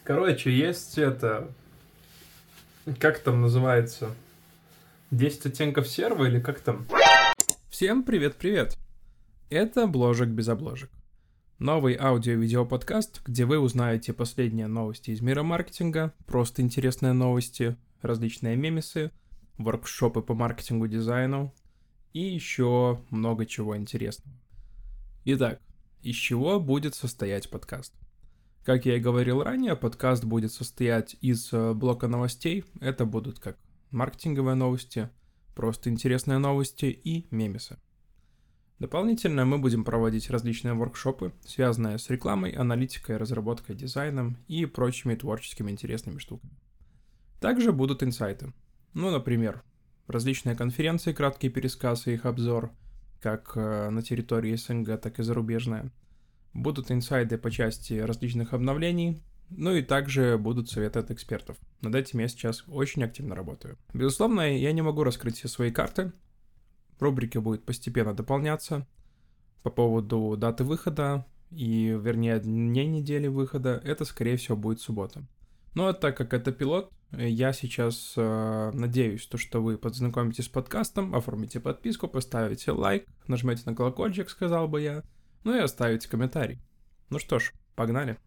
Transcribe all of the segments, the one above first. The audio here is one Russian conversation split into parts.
Короче, есть это... Как там называется? 10 оттенков серого или как там? Всем привет-привет! Это Бложек без обложек. Новый аудио-видео-подкаст, где вы узнаете последние новости из мира маркетинга, просто интересные новости, различные мемесы, воркшопы по маркетингу, дизайну и еще много чего интересного. Итак, из чего будет состоять подкаст? Как я и говорил ранее, подкаст будет состоять из блока новостей. Это будут как маркетинговые новости, просто интересные новости и мемесы. Дополнительно мы будем проводить различные воркшопы, связанные с рекламой, аналитикой, разработкой, дизайном и прочими творческими интересными штуками. Также будут инсайты. Например, различные конференции, краткий пересказ и их обзор, как на территории СНГ, так и зарубежные. Будут инсайды по части различных обновлений, и также будут советы от экспертов. Над этим я сейчас очень активно работаю. Безусловно, я не могу раскрыть все свои карты. Рубрики будут постепенно дополняться. По поводу даты выхода вернее, дней недели выхода, это, скорее всего, будет суббота. Так как это пилот, я сейчас надеюсь, что вы познакомитесь с подкастом, оформите подписку, поставите лайк, нажмете на колокольчик, сказал бы я, и оставите комментарий. Что ж, погнали.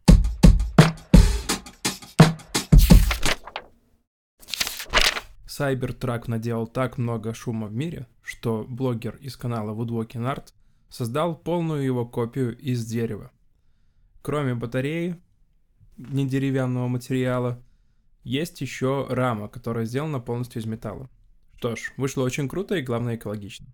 Cybertruck наделал так много шума в мире, что блогер из канала Woodwalking Art создал полную его копию из дерева. Кроме батареи, не деревянного материала, есть еще рама, которая сделана полностью из металла. Что ж, вышло очень круто и, главное, экологично.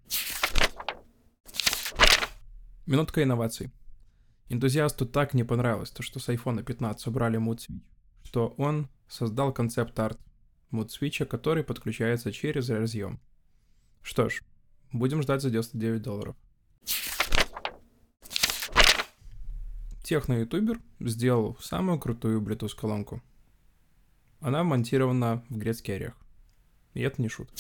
Минутка инноваций. Энтузиасту так не понравилось что с iPhone 15 убрали Mood Switch, что он создал концепт-арт Mood Switch, который подключается через разъем. Что ж, будем ждать за $99. Техно-ютубер сделал самую крутую Bluetooth-колонку. Она монтирована в грецкий орех. И это не шутка.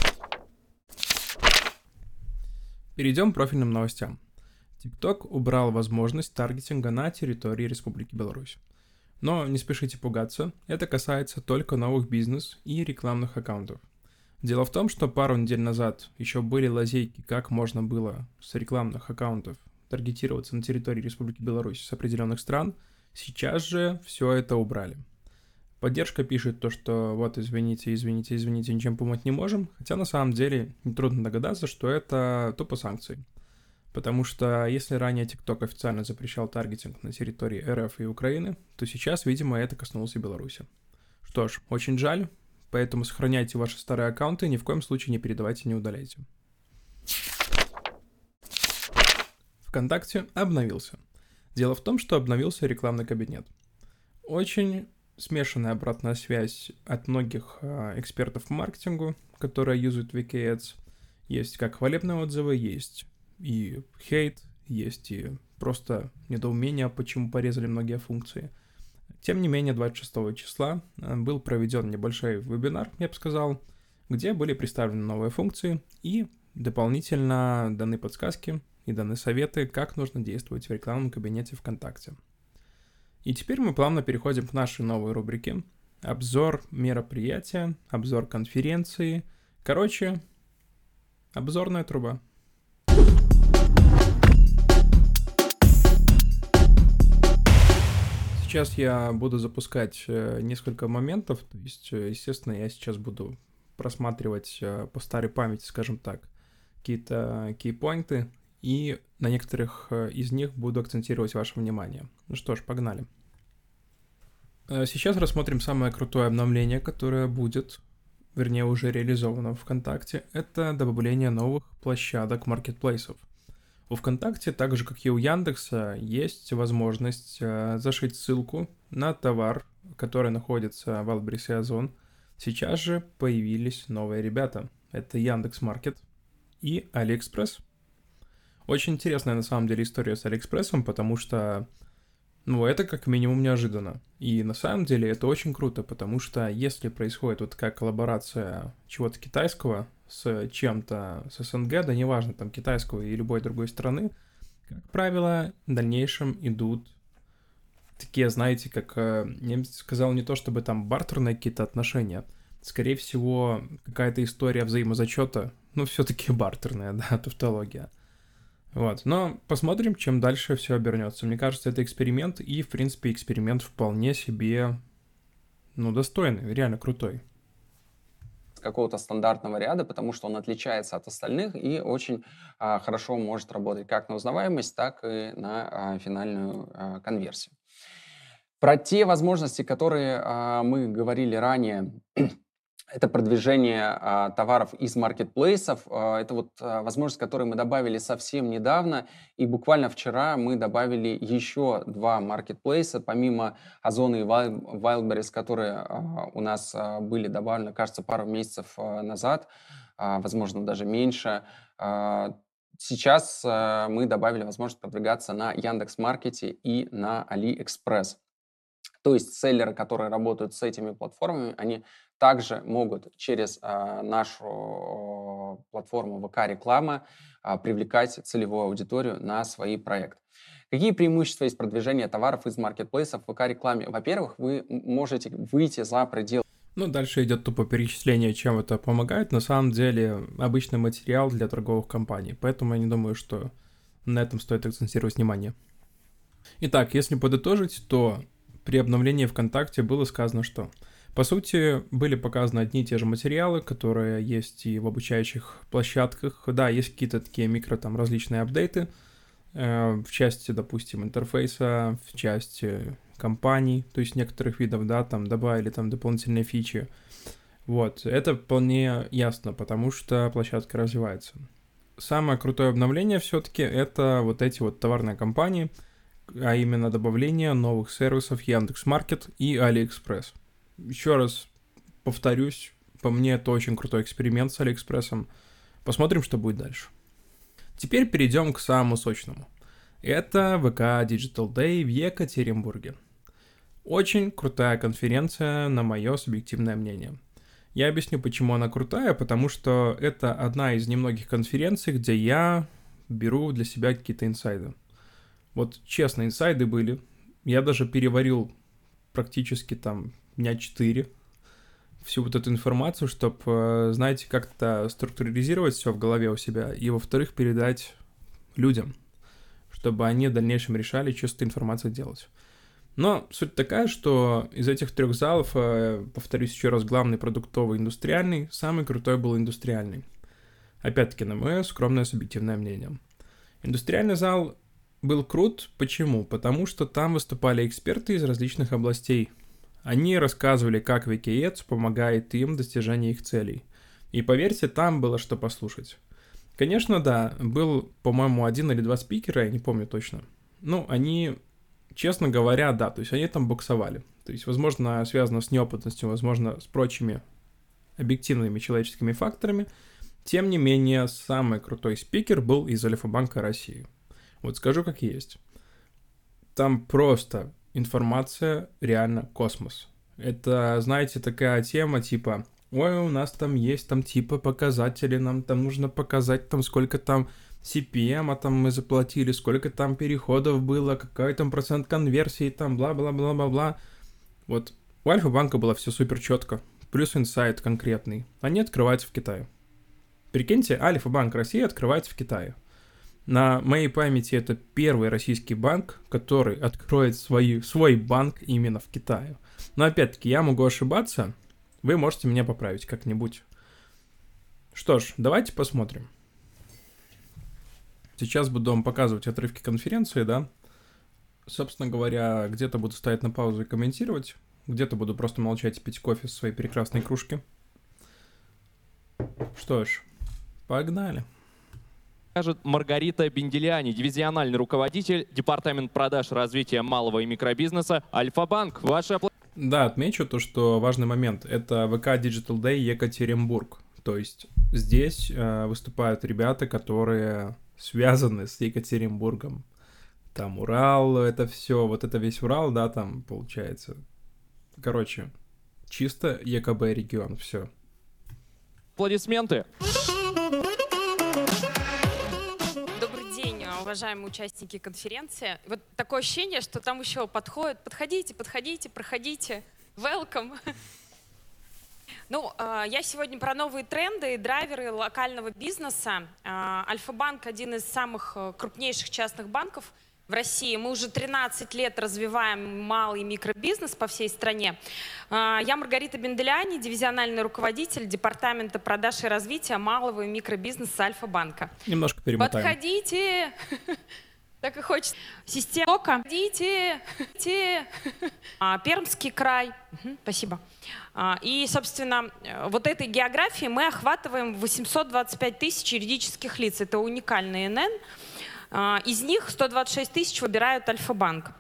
Перейдем к профильным новостям. TikTok убрал возможность таргетинга на территории Республики Беларусь. Но не спешите пугаться, это касается только новых бизнес и рекламных аккаунтов. Дело в том, что пару недель назад еще были лазейки, как можно было с рекламных аккаунтов таргетироваться на территории Республики Беларусь с определенных стран. Сейчас же все это убрали. Поддержка пишет что извините, ничем помочь не можем, хотя на самом деле нетрудно догадаться, что это тупо санкции. Потому что если ранее TikTok официально запрещал таргетинг на территории РФ и Украины, то сейчас, видимо, это коснулось и Беларуси. Что ж, очень жаль, поэтому сохраняйте ваши старые аккаунты и ни в коем случае не передавайте, не удаляйте. ВКонтакте обновился. Дело в том, что обновился рекламный кабинет. Очень смешанная обратная связь от многих экспертов по маркетингу, которые юзают VK Ads. Есть как хвалебные отзывы, есть и хейт, есть и просто недоумение, почему порезали многие функции. Тем не менее, 26 числа был проведен небольшой вебинар, я бы сказал, где были представлены новые функции и дополнительно даны подсказки и даны советы, как нужно действовать в рекламном кабинете ВКонтакте. И теперь мы плавно переходим к нашей новой рубрике. Обзор мероприятия, обзор конференции. Короче, обзорная труба. Сейчас я буду запускать несколько моментов, то есть, естественно, я сейчас буду просматривать по старой памяти, скажем так, какие-то кейпоинты, и на некоторых из них буду акцентировать ваше внимание. Что ж, погнали. Сейчас рассмотрим самое крутое обновление, которое будет, вернее, уже реализовано в ВКонтакте. Это добавление новых площадок маркетплейсов. У ВКонтакте, так же как и у Яндекса, есть возможность зашить ссылку на товар, который находится в Wildberries и Озон. Сейчас же появились новые ребята. Это Яндекс.Маркет и Алиэкспресс. Очень интересная на самом деле история с Алиэкспрессом, потому что, это как минимум неожиданно. И на самом деле это очень круто, потому что если происходит такая коллаборация чего-то китайского с чем-то с СНГ, да неважно, там китайского и любой другой страны, как правило, в дальнейшем идут такие, знаете, как, я бы сказал, не то чтобы там бартерные какие-то отношения, скорее всего, какая-то история взаимозачета, ну, все-таки бартерная, да, тавтология. Вот, но посмотрим, чем дальше все обернется. Мне кажется, это эксперимент, и, в принципе, эксперимент вполне себе, ну, достойный, реально крутой. Какого-то стандартного ряда, потому что он отличается от остальных и очень хорошо может работать как на узнаваемость, так и на финальную конверсию. Про те возможности, которые мы говорили ранее, это продвижение товаров из маркетплейсов. Это вот возможность, которую мы добавили совсем недавно. И буквально вчера мы добавили еще 2 маркетплейса, помимо Озона и Wildberries, которые у нас были добавлены, кажется, пару месяцев назад, возможно, даже меньше. Сейчас мы добавили возможность продвигаться на Яндекс.Маркете и на AliExpress. То есть селлеры, которые работают с этими платформами, они также могут через нашу платформу ВК-реклама привлекать целевую аудиторию на свои проекты. Какие преимущества есть продвижения товаров из маркетплейсов в ВК-рекламе? Во-первых, вы можете выйти за пределы. Ну, дальше идет тупо перечисление, чем это помогает. На самом деле, обычный материал для торговых компаний. Поэтому я не думаю, что на этом стоит акцентировать внимание. Итак, если подытожить, то при обновлении ВКонтакте было сказано, что, по сути, были показаны одни и те же материалы, которые есть и в обучающих площадках. Да, есть какие-то такие микро, там, различные апдейты в части, допустим, интерфейса, в части компаний, то есть некоторых видов, да, там добавили там дополнительные фичи. Вот, это вполне ясно, потому что площадка развивается. Самое крутое обновление все-таки это вот эти вот товарные компании, а именно добавление новых сервисов Яндекс.Маркет и AliExpress. Еще раз повторюсь, по мне это очень крутой эксперимент с AliExpress. Посмотрим, что будет дальше. Теперь перейдем к самому сочному. Это ВК Digital Day в Екатеринбурге. Очень крутая конференция, на мое субъективное мнение. Я объясню, почему она крутая, потому что это одна из немногих конференций, где я беру для себя какие-то инсайды. Вот честно, инсайды были. Я даже переварил практически там дня 4 всю вот эту информацию, чтобы, знаете, как-то структуризировать все в голове у себя и, во-вторых, передать людям, чтобы они в дальнейшем решали, что с этой информацией делать. Но суть такая, что из этих 3 залов, повторюсь еще раз, главный продуктовый, индустриальный, самый крутой был индустриальный. Опять-таки, на мое скромное субъективное мнение. Индустриальный зал был крут. Почему? Потому что там выступали эксперты из различных областей. Они рассказывали, как Wiki помогает им в достижении их целей. И поверьте, там было что послушать. Конечно, да, был, по-моему, 1 или 2 спикера, я не помню точно. Ну, они, честно говоря, да, то есть они там боксовали. То есть, возможно, связано с неопытностью, возможно, с прочими объективными человеческими факторами. Тем не менее, самый крутой спикер был из Альфа-банка России. Вот скажу как есть. Там просто информация реально космос. Это, знаете, такая тема типа, ой, у нас там есть там типа показатели, нам там нужно показать там сколько там CPM, там мы заплатили, сколько там переходов было, какой там процент конверсии, там бла-бла-бла-бла-бла. Вот у Альфа-банка было все супер четко, плюс инсайт конкретный. Они открываются в Китае. Прикиньте, Альфа-банк России открывается в Китае. На моей памяти это первый российский банк, который откроет свой банк именно в Китае. Но опять-таки, я могу ошибаться, вы можете меня поправить как-нибудь. Что ж, давайте посмотрим. Сейчас буду вам показывать отрывки конференции, да. Собственно говоря, где-то буду ставить на паузу и комментировать, где-то буду просто молчать и пить кофе с своей прекрасной кружки. Что ж, погнали. Скажет Маргарита Бенделиани, дивизиональный руководитель, департамент продаж и развития малого и микробизнеса Альфа-банк. Ваши Да, отмечу то, что важный момент. Это ВК Digital Day Екатеринбург. То есть здесь выступают ребята, которые связаны с Екатеринбургом. Там Урал, это все, вот это весь Урал, да, там получается. Короче, чисто ЕКБ регион, все. Аплодисменты. уважаемые участники конференции. Вот такое ощущение, что там еще подходят. Подходите, проходите. Welcome. Ну, я сегодня про новые тренды и драйверы локального бизнеса. Альфа-банк — один из самых крупнейших частных банков в России. Мы уже 13 лет развиваем малый микробизнес по всей стране. Я Маргарита Бенделяни, дивизиональный руководитель департамента продаж и развития малого и микробизнеса Альфа-банка. Немножко перемотаем. Подходите! Так и хочется. Система. Подходите! Пермский край. Спасибо. И, собственно, вот этой географией мы охватываем 825 тысяч юридических лиц. Это уникальный НН. Из них 126 тысяч выбирают Альфа-банк.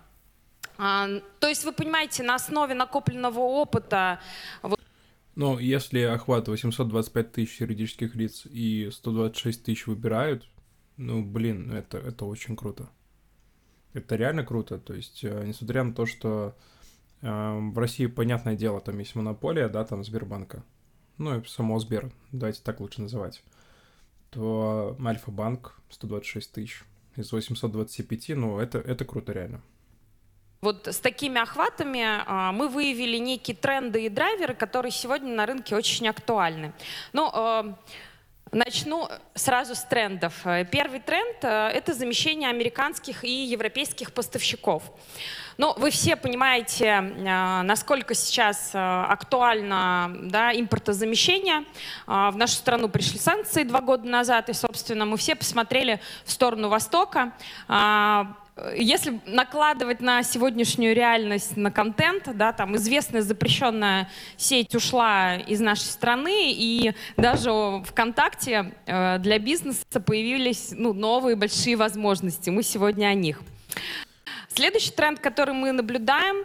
То есть, вы понимаете, на основе накопленного опыта... Ну, если охват 825 тысяч юридических лиц и 126 тысяч выбирают, ну, блин, это очень круто. Это реально круто. То есть, несмотря на то, что в России, понятное дело, там есть монополия, да, там Сбербанка, ну, и само Сбер, давайте так лучше называть, то Альфа-банк 126 тысяч из 825, ну, это круто реально. Вот с такими охватами мы выявили некие тренды и драйверы, которые сегодня на рынке очень актуальны. Ну, начну сразу с трендов. Первый тренд — это замещение американских и европейских поставщиков. Ну, вы все понимаете, насколько сейчас актуально, да, импортозамещение. В нашу страну пришли санкции 2 года назад, и, собственно, мы все посмотрели в сторону Востока. Если накладывать на сегодняшнюю реальность, на контент, да, там известная запрещенная сеть ушла из нашей страны, и даже ВКонтакте для бизнеса появились, ну, новые большие возможности. Мы сегодня о них. Следующий тренд, который мы наблюдаем,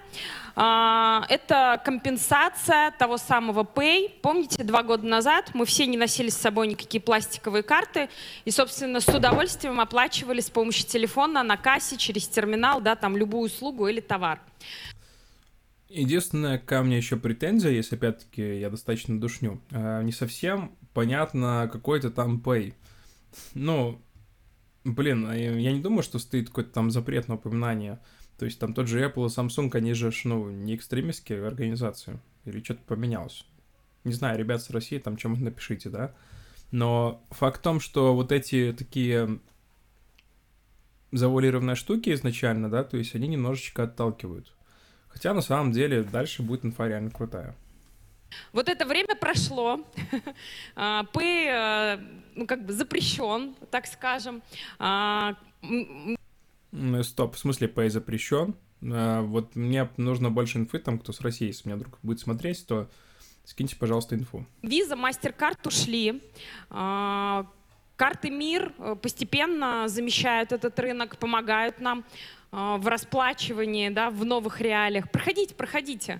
это компенсация того самого Pay. Помните, 2 года назад мы все не носили с собой никакие пластиковые карты и, собственно, с удовольствием оплачивали с помощью телефона на кассе, через терминал, да, там любую услугу или товар. Единственная ко мне еще претензия, если опять-таки я достаточно душню, не совсем понятно какой-то там Pay. Ну, блин, я не думаю, что стоит какой-то там запрет на упоминание. То есть там тот же Apple и Samsung, они же, ну, не экстремистские организации. Или что-то поменялось. Не знаю, ребят с России, там что-нибудь напишите, да? Но факт в том, что вот эти такие завуалированные штуки изначально, да, то есть они немножечко отталкивают. Хотя на самом деле дальше будет инфа реально крутая. Вот это время прошло. Pay, ну, как бы запрещен, так скажем. Стоп, в смысле Pay запрещен? Вот мне нужно больше инфы, там, кто с России, если меня вдруг будет смотреть, то скиньте, пожалуйста, инфу. Visa, MasterCard ушли. Карты МИР постепенно замещают этот рынок, помогают нам в расплачивании, да, в новых реалиях. Проходите.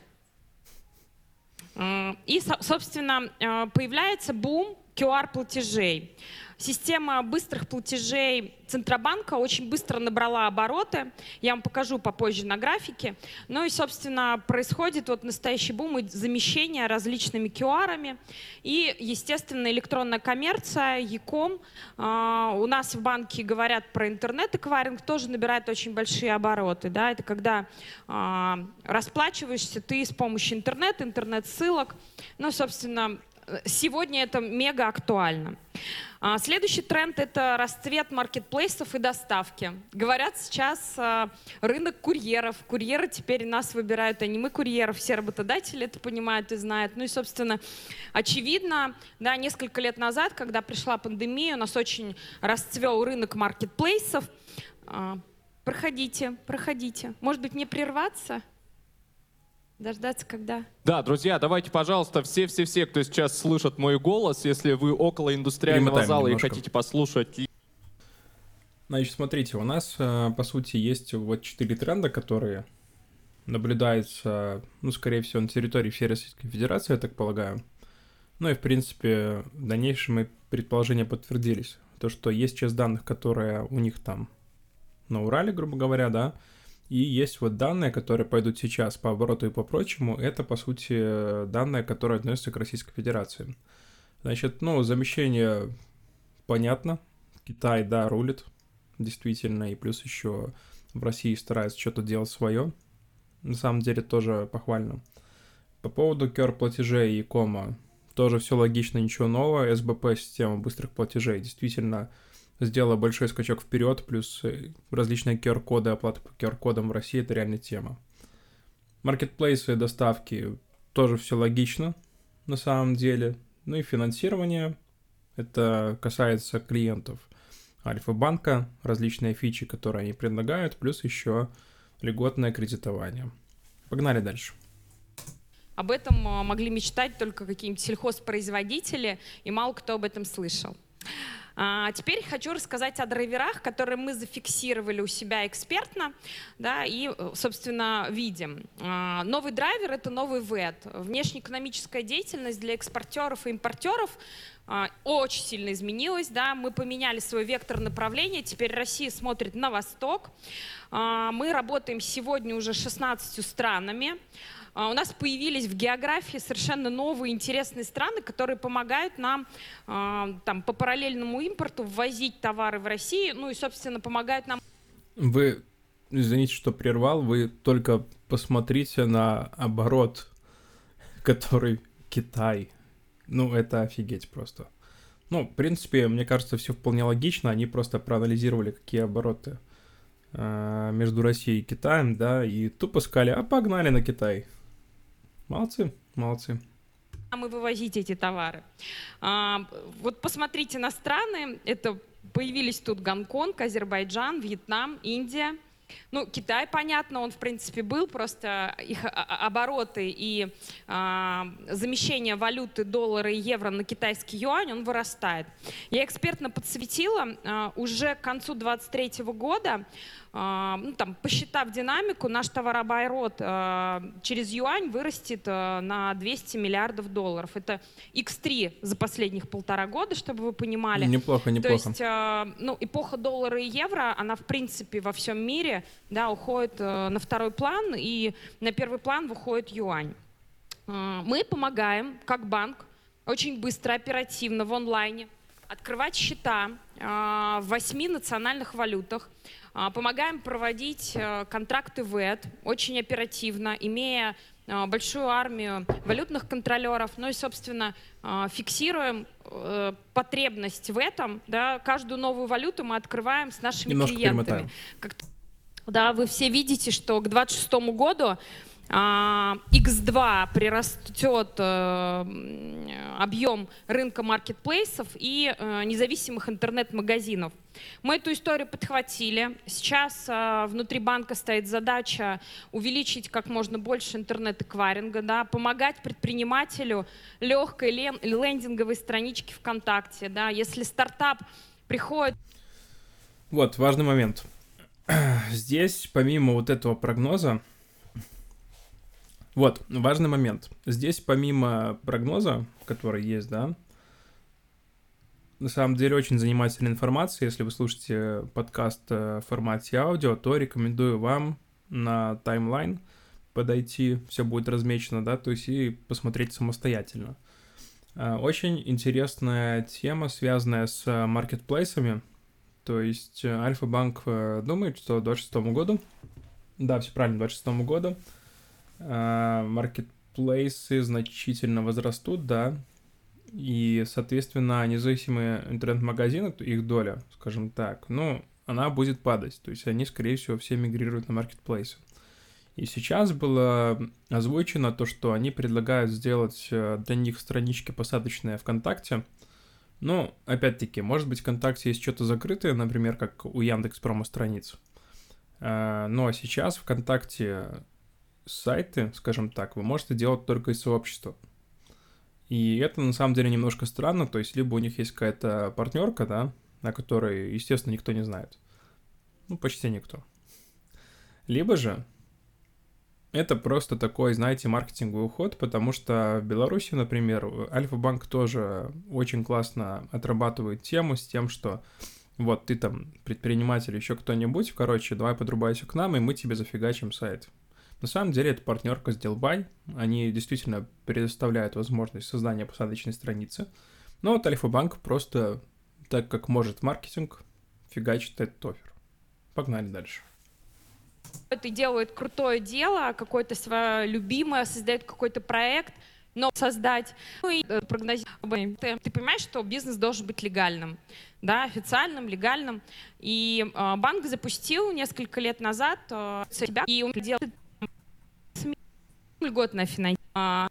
И, собственно, появляется бум QR-платежей. Система быстрых платежей Центробанка очень быстро набрала обороты. Я вам покажу попозже на графике. Ну и, собственно, происходит вот настоящий бум и замещение различными QR-ами. И, естественно, электронная коммерция, e-com. У нас в банке говорят про интернет-эквайринг, тоже набирает очень большие обороты. Да? Это когда расплачиваешься ты с помощью интернет-ссылок. Ну, собственно, сегодня это мега актуально. Следующий тренд — это расцвет маркетплейсов и доставки. Говорят сейчас рынок курьеров. Курьеры теперь нас выбирают, а не мы курьеров. Все работодатели это понимают и знают. Ну и, собственно, очевидно, да, несколько лет назад, когда пришла пандемия, у нас очень расцвел рынок маркетплейсов. Проходите. Может быть, мне прерваться? Дождаться, когда? Да, друзья, давайте, пожалуйста, все, кто сейчас слышит мой голос, если вы около индустриального зала немножко. и хотите послушать. Значит, смотрите, у нас, по сути, есть вот 4 тренда, которые наблюдаются, ну, скорее всего, на территории всей Российской Федерации, я так полагаю. Ну и, в принципе, в дальнейшем и предположения подтвердились. То, что есть часть данных, которые у них там на Урале, грубо говоря, да, и есть вот данные, которые пойдут сейчас по обороту и по прочему. Это, по сути, данные, которые относятся к Российской Федерации. Значит, ну, замещение понятно. Китай, да, рулит. действительно, и плюс еще в России стараются что-то делать свое. На самом деле тоже похвально. По поводу QR-платежей и кома, тоже все логично, ничего нового. СБП, система быстрых платежей, действительно сделала большой скачок вперед, плюс различные QR-коды, оплата по QR-кодам в России — это реальная тема. Маркетплейсы, доставки, тоже все логично на самом деле. Ну и финансирование, это касается клиентов Альфа-банка, различные фичи, которые они предлагают, плюс еще льготное кредитование. Погнали дальше. Об этом могли мечтать только какие-нибудь сельхозпроизводители, и мало кто об этом слышал. Теперь хочу рассказать о драйверах, которые мы зафиксировали у себя экспертно, да, и, собственно, видим. Новый драйвер — это новый ВЭД. Внешнеэкономическая деятельность для экспортеров и импортеров очень сильно изменилась. Да. Мы поменяли свой вектор направления, теперь Россия смотрит на восток. Мы работаем сегодня уже с 16 странами. У нас появились в географии совершенно новые интересные страны, которые помогают нам там, по параллельному импорту ввозить товары в Россию, ну и, собственно, помогают нам... Вы, извините, что прервал, вы только посмотрите на оборот, который Китай. Ну, это офигеть просто. Ну, в принципе, мне кажется, все вполне логично. Они просто проанализировали, какие обороты между Россией и Китаем, да, и тупо сказали, а погнали на Китай. Молодцы, молодцы. Мы вывозить эти товары. Вот посмотрите на страны. Это появились тут Гонконг, Азербайджан, Вьетнам, Индия. Ну, Китай, понятно, он, в принципе, был, просто их обороты и замещение валюты доллара и евро на китайский юань, он вырастает. Я экспертно подсветила, уже к концу 2023 года, ну, там, посчитав динамику, наш товарооборот через юань вырастет на 200 миллиардов долларов. Это x3 за последних 1,5 года, чтобы вы понимали. Неплохо, неплохо. То есть, ну, эпоха доллара и евро, она, в принципе, во всем мире, да, уходит на второй план, и на первый план выходит юань. Мы помогаем, как банк, очень быстро, оперативно, в онлайне открывать счета в 8 национальных валютах. Помогаем проводить контракты ВЭД очень оперативно, имея большую армию валютных контролеров, ну и, собственно, фиксируем потребность в этом. Да, каждую новую валюту мы открываем с нашими клиентами. Да, вы все видите, что к 2026 году X2 прирастет объем рынка маркетплейсов и независимых интернет-магазинов. Мы эту историю подхватили. Сейчас внутри банка стоит задача увеличить как можно больше интернет-эквайринга, да, помогать предпринимателю легкой лендинговой страничке ВКонтакте. Да. Если стартап приходит... Вот, важный момент. Здесь, помимо вот этого прогноза, вот, важный момент. Здесь, помимо прогноза, который есть, да, на самом деле очень занимательная информация. Если вы слушаете подкаст в формате аудио, то рекомендую вам на таймлайн подойти, все будет размечено, да, то есть и посмотреть самостоятельно. Очень интересная тема, связанная с маркетплейсами. То есть Альфа-банк думает, что к 2026 году, да, все правильно, к 2026 году маркетплейсы значительно возрастут, да, и, соответственно, независимые интернет-магазины, их доля, скажем так, ну, она будет падать, то есть они, скорее всего, все мигрируют на маркетплейсы. И сейчас было озвучено то, что они предлагают сделать для них странички посадочные ВКонтакте. Ну, опять-таки, может быть, ВКонтакте есть что-то закрытое, например, как у Яндекс.Промо страниц. Но сейчас ВКонтакте сайты, скажем так, вы можете делать только из сообщества. И это на самом деле немножко странно, то есть либо у них есть какая-то партнерка, да, о которой, естественно, никто не знает. Ну, почти никто. Либо же это просто такой, знаете, маркетинговый уход, потому что в Беларуси, например, Альфа-банк тоже очень классно отрабатывает тему с тем, что вот ты там предприниматель, еще кто-нибудь, короче, давай подрубайся к нам, и мы тебе зафигачим сайт. На самом деле это партнерка с Dealbuy, они действительно предоставляют возможность создания посадочной страницы. Но вот Альфа-банк просто, так как может маркетинг, фигачит этот оффер. Погнали дальше. Это делает крутое дело, какое-то свое любимое, создает какой-то проект, но создать, ну и прогнозировать. Ты понимаешь, что бизнес должен быть легальным, да, официальным, легальным. И банк запустил несколько лет назад себя, и он делает льготное финансирование.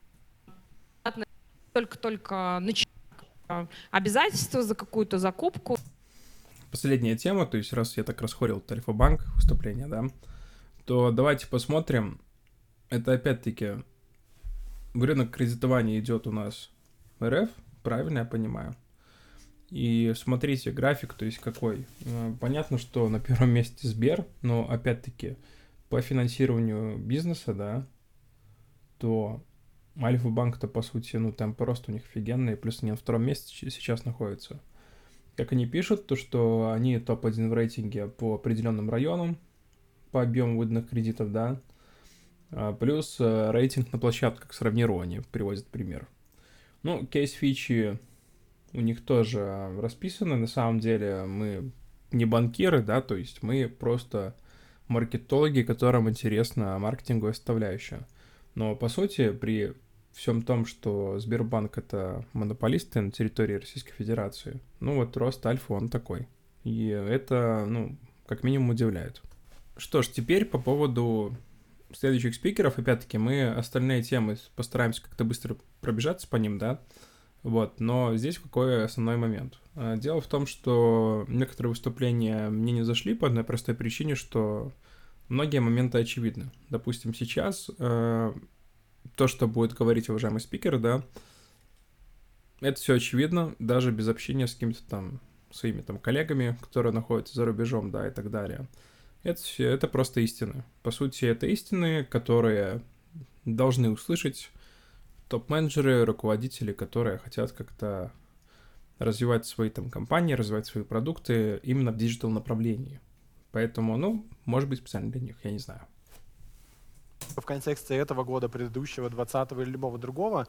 Только начинает обязательства за какую-то закупку. Последняя тема, то есть раз я так расхорил Альфа-банк выступление, да, то давайте посмотрим. Это опять-таки рынок кредитования идет у нас в РФ, правильно я понимаю? И смотрите, график, то есть какой. Понятно, что на первом месте Сбер, но опять-таки по финансированию бизнеса, да, то Альфа-банк-то, по сути, ну там просто у них офигенный, плюс они на втором месте сейчас находятся. Как они пишут, то что они топ-1 в рейтинге по определенным районам, по объему выданных кредитов, да, плюс рейтинг на площадках сравнирования приводит пример. Ну, кейс-фичи у них тоже расписаны, на самом деле мы не банкиры, да, то есть мы просто маркетологи, которым интересна маркетинговая составляющая. Но, по сути, при всем том, что Сбербанк — это монополисты на территории Российской Федерации, ну вот рост Альфа, он такой. И это, ну, как минимум удивляет. Что ж, теперь по поводу следующих спикеров, опять-таки, мы остальные темы постараемся как-то быстро пробежаться по ним, да, вот, но здесь какой основной момент. Дело в том, что некоторые выступления мне не зашли по одной простой причине, что многие моменты очевидны. Допустим, сейчас то, что будет говорить уважаемый спикер, да, это все очевидно, даже без общения с какими-то там своими там коллегами, которые находятся за рубежом, да, и так далее. Это просто истины. По сути, это истины, которые должны услышать топ-менеджеры, руководители, которые хотят как-то развивать свои там компании, развивать свои продукты именно в диджитал направлении. Поэтому, ну, может быть, специально для них, я не знаю. В контексте этого года, предыдущего, 20-го или любого другого,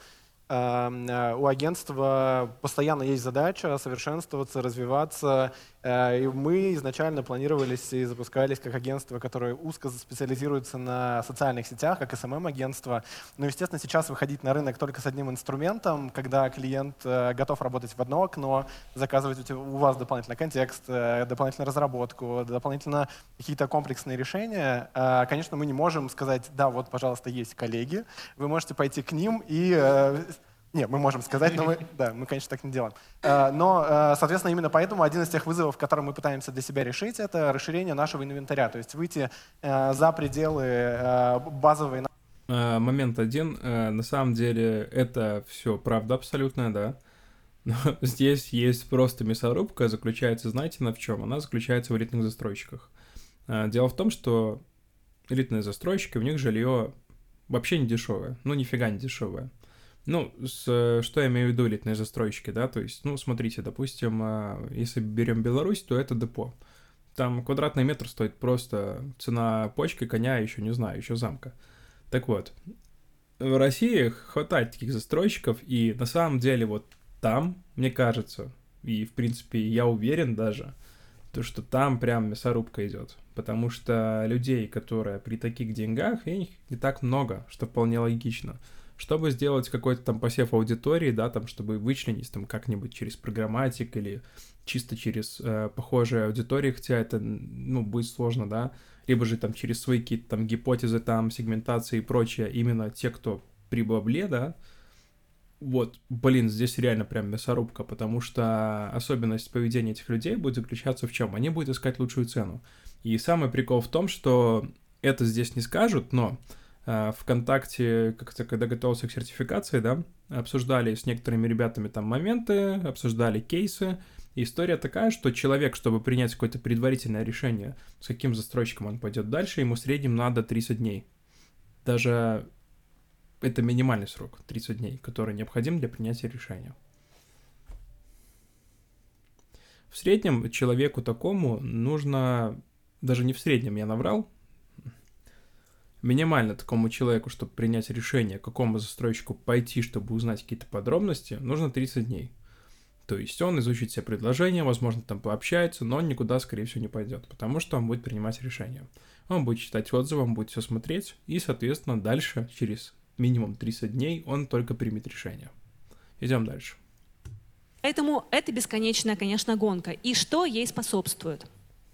у агентства постоянно есть задача совершенствоваться, развиваться. И мы изначально планировались и запускались как агентство, которое узко специализируется на социальных сетях, как SMM-агентство. Но, естественно, сейчас выходить на рынок только с одним инструментом, когда клиент готов работать в одно окно, заказывать у вас дополнительно контекст, дополнительно разработку, дополнительно какие-то комплексные решения. Конечно, мы не можем сказать: да, вот, пожалуйста, есть коллеги, вы можете пойти к ним и... Нет, мы можем сказать, но мы, конечно, так не делаем. Но, соответственно, именно поэтому один из тех вызовов, который мы пытаемся для себя решить, это расширение нашего инвентаря, то есть выйти за пределы базовой... Момент один. На самом деле это все правда абсолютная, да. Но здесь есть просто мясорубка, заключается, знаете, в чем? Она заключается в элитных застройщиках. Дело в том, что элитные застройщики, у них жилье вообще не дешевое, ну нифига не дешевое. Ну, что я имею в виду элитные застройщики, да, то есть, ну, смотрите, допустим, если берем Беларусь, то это депо. Там квадратный метр стоит просто цена почки, коня, еще не знаю, еще замка. Так вот, в России хватает таких застройщиков, и на самом деле вот там, мне кажется, и, в принципе, я уверен даже, то, что там прям мясорубка идет. Потому что людей, которые при таких деньгах, их не так много, что вполне логично. Чтобы сделать какой-то там посев аудитории, да, там, чтобы вычленить там как-нибудь через программатик или чисто через похожие аудитории, хотя это, ну, будет сложно, да, либо же там через свои какие-то там гипотезы, там, сегментации и прочее, именно те, кто при бабле, да, вот, блин, здесь реально прям мясорубка, потому что особенность поведения этих людей будет заключаться в чем? Они будут искать лучшую цену. И самый прикол в том, что это здесь не скажут, но ВКонтакте, как-то, когда готовился к сертификации, да, обсуждали с некоторыми ребятами там моменты, обсуждали кейсы. И история такая, что человек, чтобы принять какое-то предварительное решение, с каким застройщиком он пойдет дальше, ему в среднем надо 30 дней. Даже это минимальный срок, 30 дней, который необходим для принятия решения. В среднем человеку такому нужно, даже не в среднем, я наврал, минимально такому человеку, чтобы принять решение, к какому застройщику пойти, чтобы узнать какие-то подробности, нужно 30 дней. То есть он изучит все предложения, возможно, там пообщается, но он никуда, скорее всего, не пойдет, потому что он будет принимать решения. Он будет читать отзывы, он будет все смотреть, и, соответственно, дальше, через минимум 30 дней, он только примет решение. Идем дальше. Поэтому это бесконечная, конечно, гонка. И что ей способствует?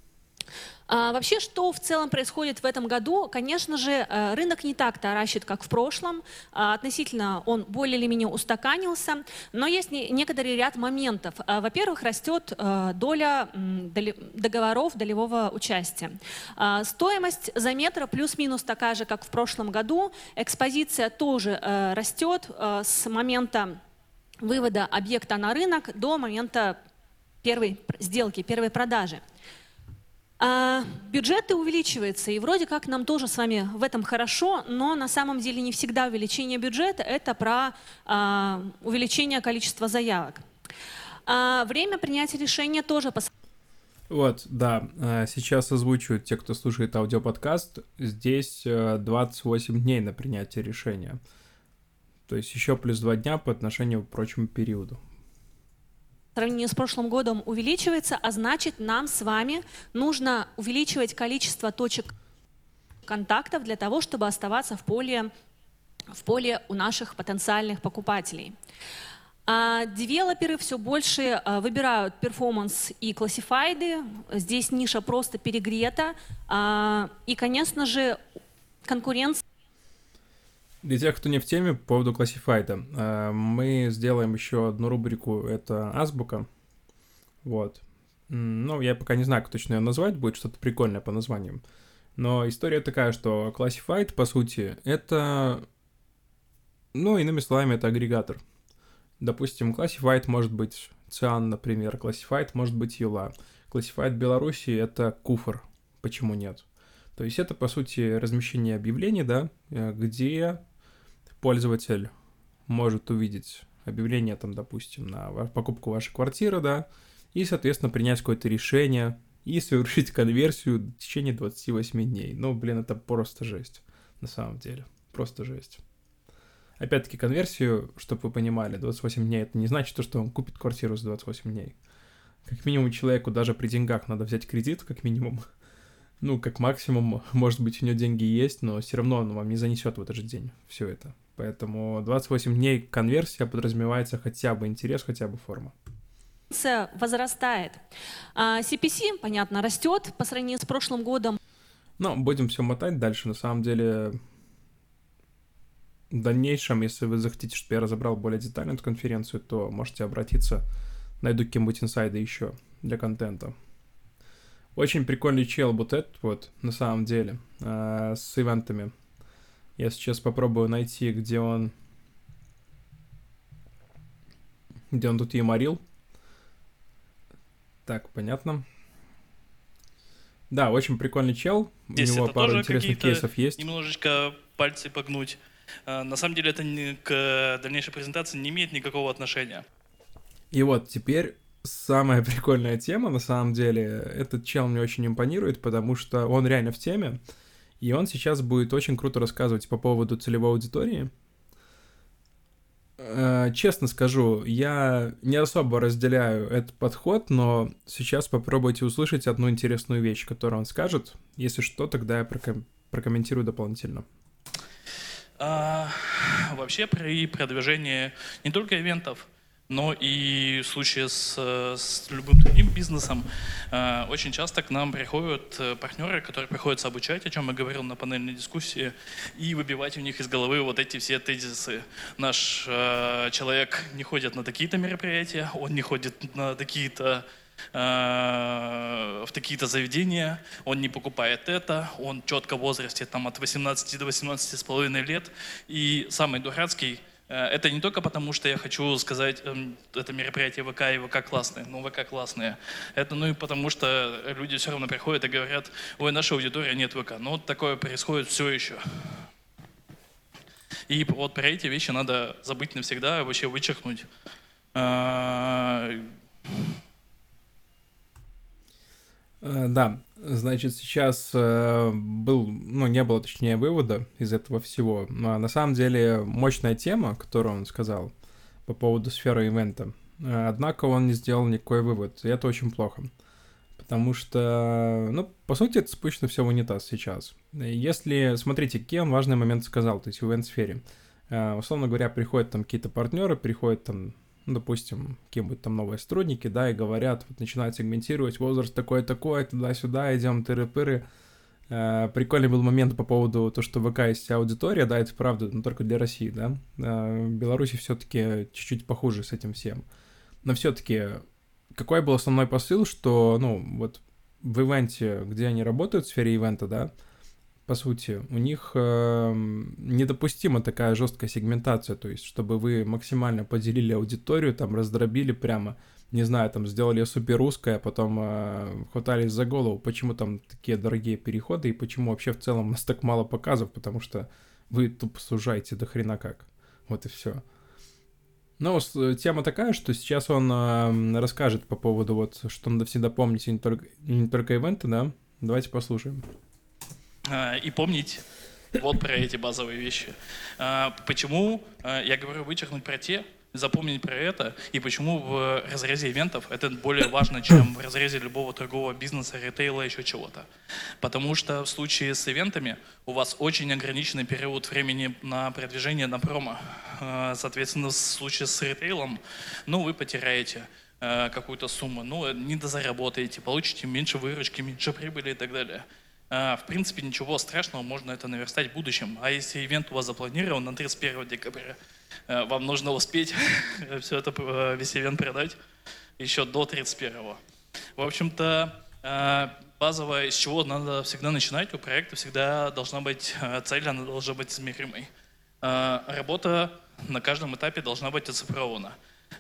Вообще, что в целом происходит в этом году? Конечно же, рынок не так таращит, как в прошлом. Относительно он более или менее устаканился. Но есть некоторый ряд моментов. Во-первых, растет доля договоров долевого участия. Стоимость за метр плюс-минус такая же, как в прошлом году. Экспозиция тоже растет с момента вывода объекта на рынок до момента первой сделки, первой продажи. Бюджеты увеличиваются, и вроде как нам тоже с вами в этом хорошо, но на самом деле не всегда увеличение бюджета – это про увеличение количества заявок. Время принятия решения тоже… Вот, да, сейчас озвучивают те, кто слушает аудиоподкаст, здесь 28 дней на принятие решения. То есть еще плюс 2 дня по отношению к прочему периоду. В сравнении с прошлым годом увеличивается, а значит, нам с вами нужно увеличивать количество точек контактов для того, чтобы оставаться в поле у наших потенциальных покупателей. Девелоперы все больше выбирают перформанс и классифайды. Здесь ниша просто перегрета. И, конечно же, конкуренция. Для тех, кто не в теме, по поводу классифайда, мы сделаем еще одну рубрику, это азбука. Вот. Ну, я пока не знаю, как точно ее назвать, будет что-то прикольное по названиям. Но история такая, что classified, по сути, это, ну, иными словами, это агрегатор. Допустим, classified может быть Cian, например, classified может быть Юла. Classified в Беларуси это Куфр, почему нет? То есть это, по сути, размещение объявлений, да, где пользователь может увидеть объявление, там, допустим, на покупку вашей квартиры, да, и, соответственно, принять какое-то решение и совершить конверсию в течение 28 дней. Ну, блин, это просто жесть, на самом деле, просто жесть. Опять-таки, конверсию, чтобы вы понимали, 28 дней, это не значит, что он купит квартиру за 28 дней. Как минимум, человеку даже при деньгах надо взять кредит, как минимум. Ну, как максимум, может быть, у него деньги есть, но все равно он вам не занесет в этот же день все это. Поэтому 28 дней конверсия подразумевается хотя бы интерес, хотя бы форма. Возрастает. CPC, понятно, растет по сравнению с прошлым годом. Но будем все мотать дальше. На самом деле, в дальнейшем, если вы захотите, чтобы я разобрал более детально эту конференцию, то можете обратиться, найду какие-нибудь инсайды еще для контента. Очень прикольный чел вот этот вот, на самом деле, с ивентами. Я сейчас попробую найти, где он тут юморил. Так, понятно. Да, очень прикольный чел. Здесь у него пару тоже интересных кейсов есть. Немножечко пальцы погнуть. На самом деле это к дальнейшей презентации не имеет никакого отношения. И вот теперь самая прикольная тема, на самом деле. Этот чел мне очень импонирует, потому что он реально в теме. И он сейчас будет очень круто рассказывать по поводу целевой аудитории. Честно скажу, я не особо разделяю этот подход, но сейчас попробуйте услышать одну интересную вещь, которую он скажет. Если что, тогда я прокомментирую дополнительно. Вообще при продвижении не только ивентов, но и в случае с любым другим бизнесом очень часто к нам приходят партнеры, которые приходится обучать, о чем я говорил на панельной дискуссии, и выбивать у них из головы вот эти все тезисы. Наш человек не ходит на такие-то мероприятия, он не ходит на такие-то в такие-то заведения, он не покупает это, он четко в возрасте там, от 18 до 18,5 лет. И самый дурацкий, это не только потому, что я хочу сказать, это мероприятие ВК и ВК классные, ну ВК классные. Это ну и потому, что люди все равно приходят и говорят, ой, наша аудитория нет ВК. Ну вот такое происходит все еще. И вот про эти вещи надо забыть навсегда, вообще вычеркнуть. Да, значит, сейчас не было, точнее, вывода из этого всего. Но на самом деле мощная тема, которую он сказал по поводу сферы ивента. однако он не сделал никакой вывод, и это очень плохо. Потому что, ну, по сути, это спущено все в унитаз сейчас. Если, смотрите, какие он важный момент сказал, то есть в ивент-сфере. Условно говоря, приходят там какие-то партнеры, приходят там, ну, допустим, кем-нибудь там новые сотрудники, да, и говорят, вот начинают сегментировать, возраст такой-такой, туда-сюда, идем, тыры-пыры. Прикольный был момент по поводу того, что в ВК есть аудитория, да, это правда, но только для России, да. В Беларуси все-таки чуть-чуть похуже с этим всем. Но все-таки какой был основной посыл, что, ну, вот в ивенте, где они работают, в сфере ивента, да, по сути, у них недопустима такая жесткая сегментация, то есть, чтобы вы максимально поделили аудиторию, там, раздробили прямо, не знаю, там, сделали супер русское, а потом хватались за голову, почему там такие дорогие переходы и почему вообще в целом у нас так мало показов, потому что вы тупо сужаете до хрена как. Вот и все. Ну, тема такая, что сейчас он расскажет по поводу вот, что надо всегда помнить, и не только ивенты, да? Давайте послушаем. И помнить вот про эти базовые вещи. Почему я говорю вычеркнуть про те, запомнить про это, и почему в разрезе ивентов это более важно, чем в разрезе любого торгового бизнеса, ритейла, еще чего-то. Потому что в случае с ивентами у вас очень ограниченный период времени на продвижение на промо. Соответственно, в случае с ритейлом, ну, вы потеряете какую-то сумму, ну, не дозаработаете, получите меньше выручки, меньше прибыли и так далее. В принципе, ничего страшного, можно это наверстать в будущем. А если ивент у вас запланирован на 31 декабря, вам нужно успеть все это, весь ивент продать еще до 31-го. В общем-то, базовое, с чего надо всегда начинать, у проекта всегда должна быть цель, она должна быть измеримой. Работа на каждом этапе должна быть оцифрована.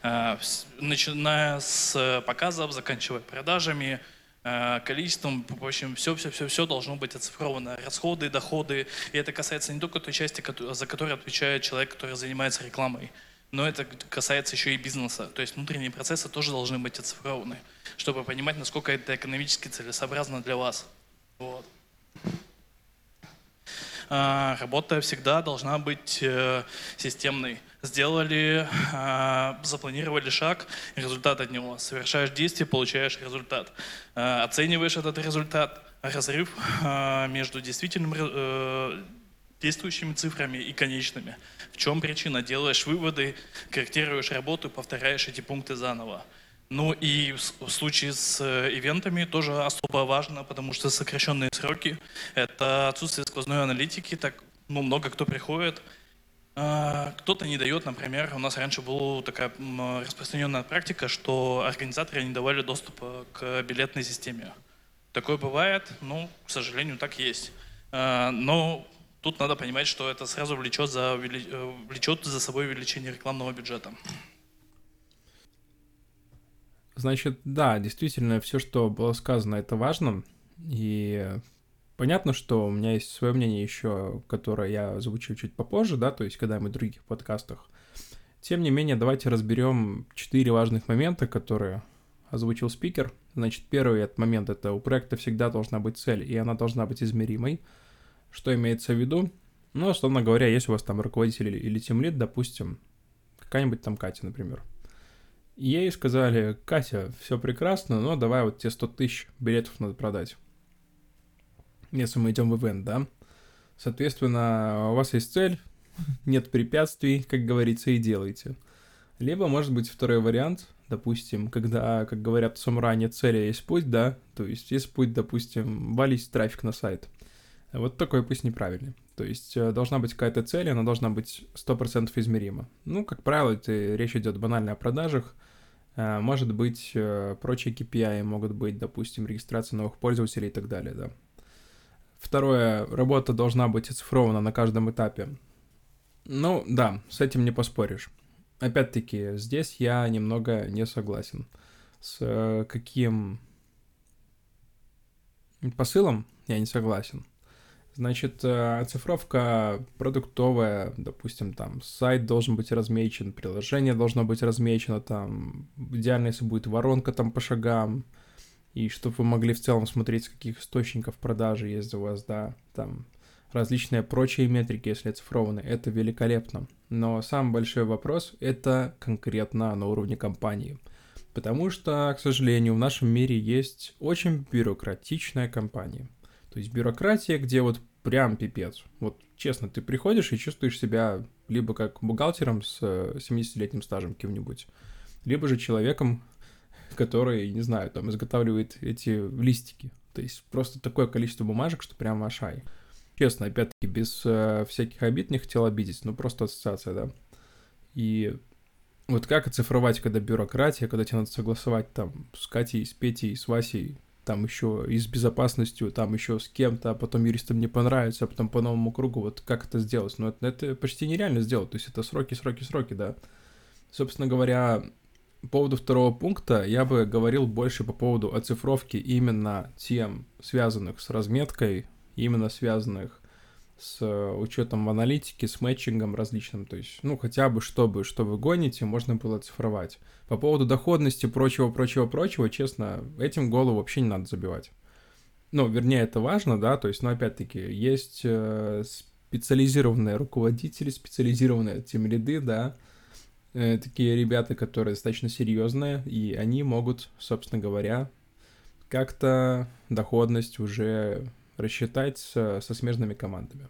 Начиная с показов, заканчивая продажами, количеством, в общем, все должно быть оцифровано. Расходы, доходы. И это касается не только той части, за которую отвечает человек, который занимается рекламой, но это касается еще и бизнеса. То есть внутренние процессы тоже должны быть оцифрованы, чтобы понимать, насколько это экономически целесообразно для вас. Вот. Работа всегда должна быть системной. Сделали, запланировали шаг, результат от него. Совершаешь действие, получаешь результат. Оцениваешь этот результат, разрыв между действующими цифрами и конечными. В чем причина? Делаешь выводы, корректируешь работу, повторяешь эти пункты заново. Ну и в случае с ивентами тоже особо важно, потому что сокращенные сроки – это отсутствие сквозной аналитики, так много кто приходит. Кто-то не дает, например, у нас раньше была такая распространенная практика, что организаторы не давали доступа к билетной системе. Такое бывает, ну, к сожалению, так есть. Но тут надо понимать, что это сразу влечет за собой увеличение рекламного бюджета. Значит, да, действительно, все, что было сказано, это важно. И понятно, что у меня есть свое мнение еще, которое я озвучу чуть попозже, да, то есть когда мы в других подкастах. Тем не менее, давайте разберем 4 важных момента, которые озвучил спикер. Значит, первый этот момент — это у проекта всегда должна быть цель, и она должна быть измеримой. Что имеется в виду? Ну, условно говоря, если у вас там руководитель или тимлид, допустим, какая-нибудь там Катя, например. И ей сказали: Катя, все прекрасно, но давай вот тебе 100 тысяч билетов надо продать. Если мы идем в ивент, да? Соответственно, у вас есть цель, нет препятствий, как говорится, и делайте. Либо, может быть, второй вариант, допустим, когда, как говорят в самурае, нет цели, есть путь, да? То есть есть путь, допустим, валить трафик на сайт. Вот такой пусть неправильный. То есть должна быть какая-то цель, она должна быть 100% измерима. Ну, как правило, это речь идет банально о продажах. Может быть, прочие KPI могут быть, допустим, регистрация новых пользователей и так далее, да. Второе, работа должна быть оцифрована на каждом этапе. Ну, да, с этим не поспоришь. Опять-таки, здесь я немного не согласен. С каким посылом я не согласен. Значит, оцифровка продуктовая, допустим, там, сайт должен быть размечен, приложение должно быть размечено, там, идеально, если будет воронка там по шагам, и чтобы вы могли в целом смотреть, с каких источников продажи есть у вас, да, там, различные прочие метрики, если оцифрованы, это великолепно. Но самый большой вопрос — это конкретно на уровне компании. Потому что, к сожалению, в нашем мире есть очень бюрократичная компания. То есть бюрократия, где вот прям пипец. Вот честно, ты приходишь и чувствуешь себя либо как бухгалтером с 70-летним стажем кем-нибудь, либо же человеком, который, не знаю, там изготавливает эти листики. То есть просто такое количество бумажек, что прям ашай. Честно, опять-таки, без всяких обид, не хотел обидеть, но просто ассоциация, да. И вот как оцифровать, когда бюрократия, когда тебе надо согласовать там с Катей, с Петей, с Васей, там еще и с безопасностью, там еще с кем-то, а потом юристам не понравится, а потом по новому кругу, вот как это сделать? Ну, это почти нереально сделать, то есть это сроки, да. Собственно говоря, по поводу второго пункта я бы говорил больше по поводу оцифровки именно тем, связанных с разметкой, именно связанных с учетом аналитики, с мэтчингом различным, то есть, ну, хотя бы, что вы гоните, можно было оцифровать. По поводу доходности, прочего, честно, этим голову вообще не надо забивать. Ну, вернее, это важно, да, то есть, но опять-таки, есть специализированные руководители, специализированные тимлиды, да, такие ребята, которые достаточно серьезные, и они могут, собственно говоря, как-то доходность уже рассчитать со смежными командами.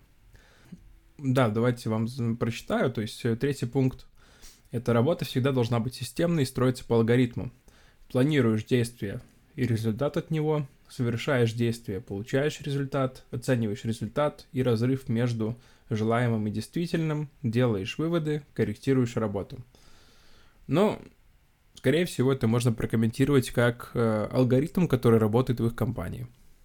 Да, давайте вам прочитаю. То есть третий пункт. Эта работа всегда должна быть системной и строиться по алгоритму. Планируешь действие и результат от него, совершаешь действие, получаешь результат, оцениваешь результат и разрыв между желаемым и действительным, делаешь выводы, корректируешь работу. Но, скорее всего, это можно прокомментировать как алгоритм, который работает в их компании.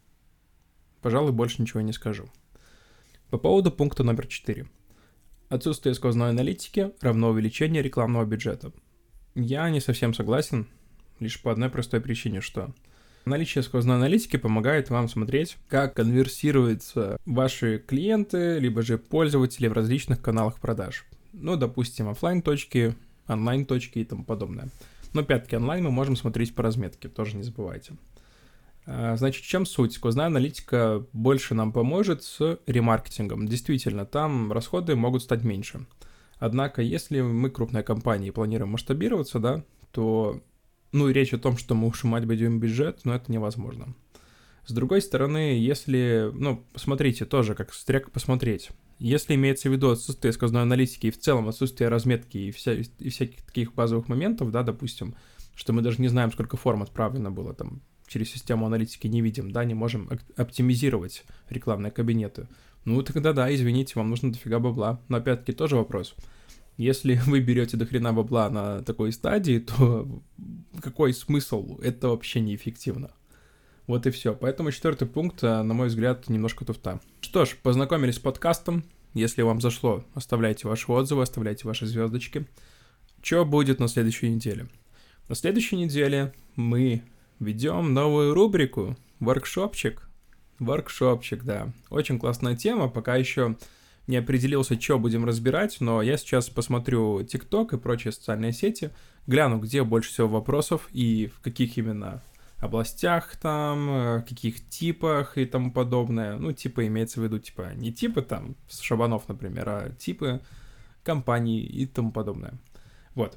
Пожалуй, больше ничего не скажу. По поводу пункта номер 4. Отсутствие сквозной аналитики равно увеличение рекламного бюджета. Я не совсем согласен, лишь по одной простой причине, что наличие сквозной аналитики помогает вам смотреть, как конверсируются ваши клиенты, либо же пользователи в различных каналах продаж. Ну, допустим, офлайн-точки, онлайн-точки и тому подобное. Но опять-таки онлайн мы можем смотреть по разметке, тоже не забывайте. Значит, в чем суть? Сквозная аналитика больше нам поможет с ремаркетингом. Действительно, там расходы могут стать меньше. Однако, если мы крупная компания и планируем масштабироваться, да, то, ну, речь о том, что мы ушимать будем бюджет, но это невозможно. С другой стороны, если, ну, посмотрите, тоже как стряк посмотреть. Если имеется в виду отсутствие сквозной аналитики и в целом отсутствие разметки и всяких таких базовых моментов, да, допустим, что мы даже не знаем, сколько форм отправлено было там, через систему аналитики не видим, да, не можем оптимизировать рекламные кабинеты. Ну, тогда да, извините, вам нужно дофига бабла. Но опять-таки тоже вопрос. Если вы берете дохрена бабла на такой стадии, то какой смысл? Это вообще неэффективно. Вот и все. Поэтому четвертый пункт, на мой взгляд, немножко туфта. Что ж, познакомились с подкастом. Если вам зашло, оставляйте ваши отзывы, оставляйте ваши звездочки. Что будет на следующей неделе? На следующей неделе мы ведем новую рубрику «Воркшопчик». Воркшопчик, да. Очень классная тема. Пока еще не определился, что будем разбирать, но я сейчас посмотрю TikTok и прочие социальные сети, гляну, где больше всего вопросов и в каких именно областях там, в каких типах и тому подобное. Ну, типа имеется в виду, типа, не типы там с шабанов, например, а типы компаний и тому подобное. Вот.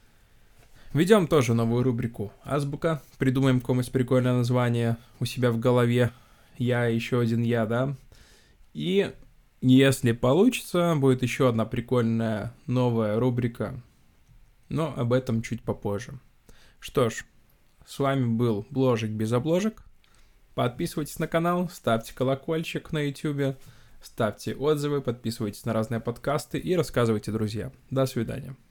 Ведем тоже новую рубрику «Азбука». Придумаем какое-нибудь прикольное название у себя в голове. Я, еще один я, да. И если получится, будет еще одна прикольная новая рубрика. Но об этом чуть попозже. Что ж, с вами был Бложик без обложек. Подписывайтесь на канал, ставьте колокольчик на YouTube, ставьте отзывы, подписывайтесь на разные подкасты и рассказывайте друзьям. До свидания.